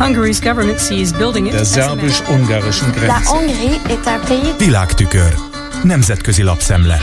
der szerbus-ungarischen Grenze. Világtükör. Nemzetközi lapszemle.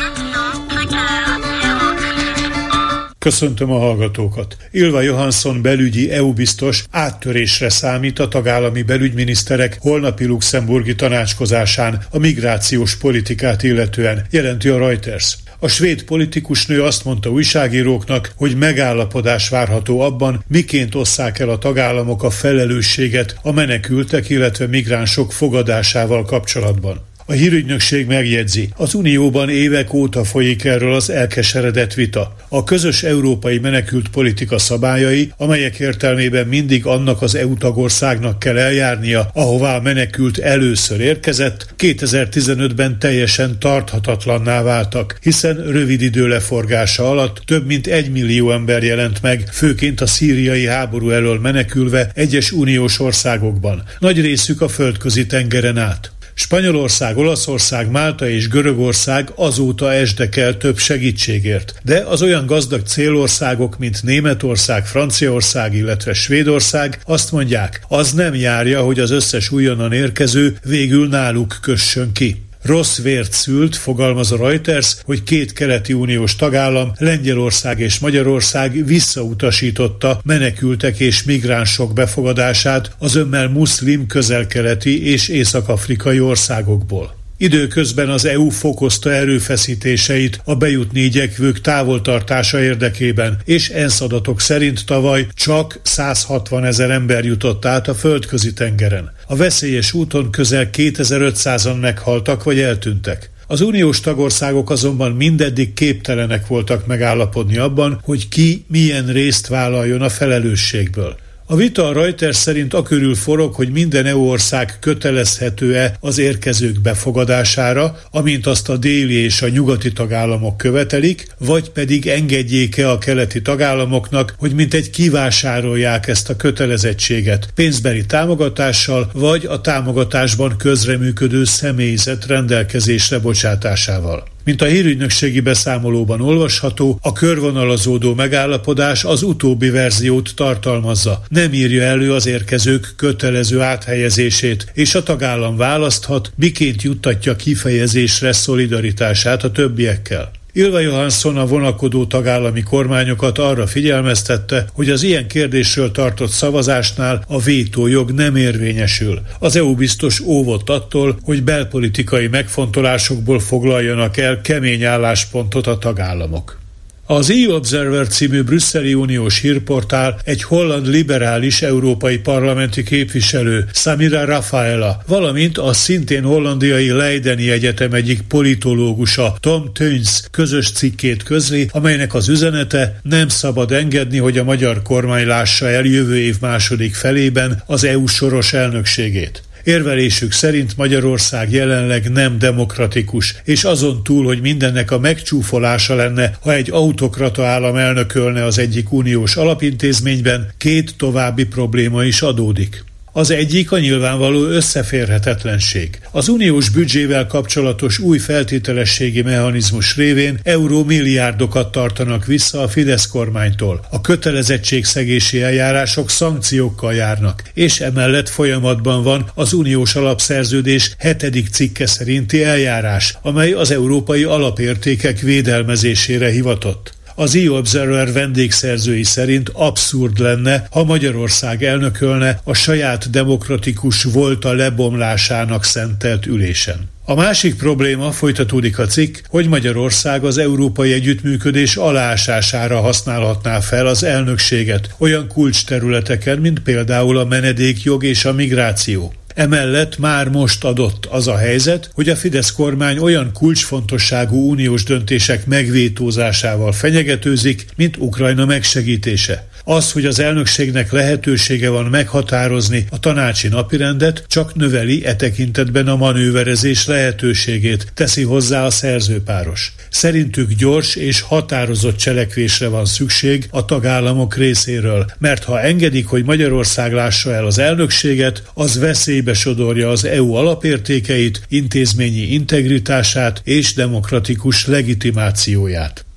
Köszöntöm a hallgatókat. Ylva Johansson belügyi EU biztos áttörésre számít a tagállami belügyminiszterek holnapi luxemburgi tanácskozásán a migrációs politikát illetően, jelenti a Reuters. A svéd politikusnő azt mondta újságíróknak, hogy megállapodás várható abban, miként osszák el a tagállamok a felelősséget a menekültek, illetve migránsok fogadásával kapcsolatban. A hírügynökség megjegyzi, az Unióban évek óta folyik erről az elkeseredett vita. A közös európai menekült politika szabályai, amelyek értelmében mindig annak az EU tagországnak kell eljárnia, ahová a menekült először érkezett, 2015-ben teljesen tarthatatlanná váltak, hiszen rövid idő leforgása alatt több mint 1 millió ember jelent meg, főként a szíriai háború elől menekülve egyes uniós országokban, nagy részük a Földközi tengeren át. Spanyolország, Olaszország, Málta és Görögország azóta esdekel több segítségért, de az olyan gazdag célországok, mint Németország, Franciaország, illetve Svédország azt mondják, az nem járja, hogy az összes újonnan érkező végül náluk kössön ki. Rossz vért szült, fogalmaz a Reuters, hogy 2 keleti uniós tagállam, Lengyelország és Magyarország visszautasította menekültek és migránsok befogadását az ömmel muszlim közel-keleti és észak-afrikai országokból. Időközben az EU fokozta erőfeszítéseit a bejutni igyekvők távoltartása érdekében, és ENSZ adatok szerint tavaly csak 160 000 ember jutott át a Földközi tengeren. A veszélyes úton közel 2500-an meghaltak vagy eltűntek. Az uniós tagországok azonban mindeddig képtelenek voltak megállapodni abban, hogy ki milyen részt vállaljon a felelősségből. A vita a Reuters szerint akörül forog, hogy minden EU ország kötelezhető-e az érkezők befogadására, amint azt a déli és a nyugati tagállamok követelik, vagy pedig engedjék-e a keleti tagállamoknak, hogy mintegy kivásárolják ezt a kötelezettséget pénzbeli támogatással, vagy a támogatásban közreműködő személyzet rendelkezésre bocsátásával. Mint a hírügynökségi beszámolóban olvasható, a körvonalazódó megállapodás az utóbbi verziót tartalmazza, nem írja elő az érkezők kötelező áthelyezését, és a tagállam választhat, miként juttatja kifejezésre szolidaritását a többiekkel. Ylva Johansson a vonakodó tagállami kormányokat arra figyelmeztette, hogy az ilyen kérdésről tartott szavazásnál a vétójog nem érvényesül. Az EU biztos óvott attól, hogy belpolitikai megfontolásokból foglaljanak el kemény álláspontot a tagállamok. Az EU Observer című brüsszeli uniós hírportál egy holland liberális európai parlamenti képviselő, Samira Rafaela, valamint a szintén hollandiai Leideni Egyetem egyik politológusa, Tom Teuns közös cikkét közli, amelynek az üzenete: nem szabad engedni, hogy a magyar kormány lássa el jövő év második felében az EU soros elnökségét. Érvelésük szerint Magyarország jelenleg nem demokratikus, és azon túl, hogy mindennek a megcsúfolása lenne, ha egy autokrata állam elnökölne az egyik uniós alapintézményben, 2 további probléma is adódik. Az egyik a nyilvánvaló összeférhetetlenség. Az uniós büdzsével kapcsolatos új feltételességi mechanizmus révén eurómilliárdokat tartanak vissza a Fidesz kormánytól. A kötelezettségszegési eljárások szankciókkal járnak, és emellett folyamatban van az uniós alapszerződés 7. cikke szerinti eljárás, amely az európai alapértékek védelmezésére hivatott. Az EU Observer vendégszerzői szerint abszurd lenne, ha Magyarország elnökölne a saját demokratikus volta lebomlásának szentelt ülésen. A másik probléma, folytatódik a cikk, hogy Magyarország az európai együttműködés aláásására használhatná fel az elnökséget olyan kulcsterületeken, mint például a menedékjog és a migráció. Emellett már most adott az a helyzet, hogy a Fidesz kormány olyan kulcsfontosságú uniós döntések megvétózásával fenyegetőzik, mint Ukrajna megsegítése. Az, hogy az elnökségnek lehetősége van meghatározni a tanácsi napirendet, csak növeli e tekintetben a manőverezés lehetőségét, teszi hozzá a szerzőpáros. Szerintük gyors és határozott cselekvésre van szükség a tagállamok részéről, mert ha engedik, hogy Magyarország lássa el az elnökséget, az veszélybe sodorja az EU alapértékeit, intézményi integritását és demokratikus legitimációját.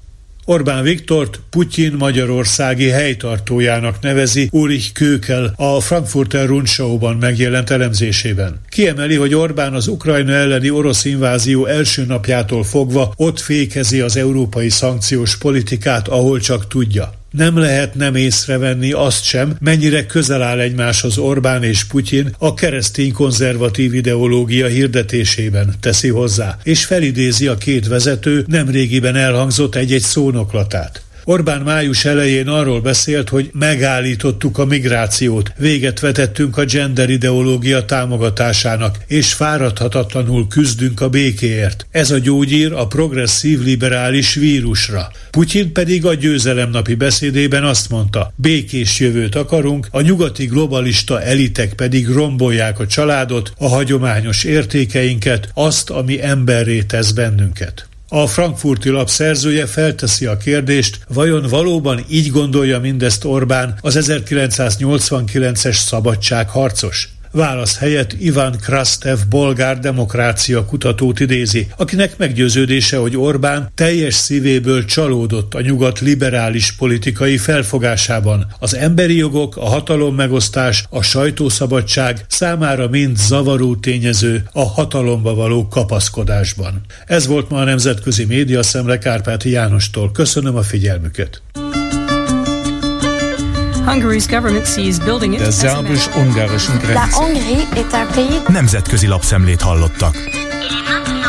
Orbán Viktort Putyin magyarországi helytartójának nevezi Ulrich Kökel a Frankfurter Rundschau-ban megjelent elemzésében. Kiemeli, hogy Orbán az Ukrajna elleni orosz invázió első napjától fogva ott fékezi az európai szankciós politikát, ahol csak tudja. Nem lehet nem észrevenni azt sem, mennyire közel áll egymáshoz Orbán és Putyin a keresztény konzervatív ideológia hirdetésében, teszi hozzá, és felidézi a két vezető nemrégiben elhangzott egy-egy szónoklatát. Orbán május elején arról beszélt, hogy megállítottuk a migrációt, véget vetettünk a gender ideológia támogatásának, és fáradhatatlanul küzdünk a békéért. Ez a gyógyír a progresszív liberális vírusra. Putyin pedig a győzelemnapi beszédében azt mondta, békés jövőt akarunk, a nyugati globalista elitek pedig rombolják a családot, a hagyományos értékeinket, azt, ami emberré tesz bennünket. A frankfurti lap szerzője felteszi a kérdést, vajon valóban így gondolja mindezt Orbán, az 1989-es szabadságharcos? Válasz helyett Ivan Krastev bolgár demokrácia kutatót idézi, akinek meggyőződése, hogy Orbán teljes szívéből csalódott a nyugat liberális politikai felfogásában. Az emberi jogok, a hatalommegosztás, a sajtószabadság számára mind zavaró tényező a hatalomba való kapaszkodásban. Ez volt ma a Nemzetközi Média Szemle Kárpáti Jánostól. Köszönöm a figyelmüket! Der szerbus-ungarischen Grenze. Nemzetközi lapszemlét hallottak.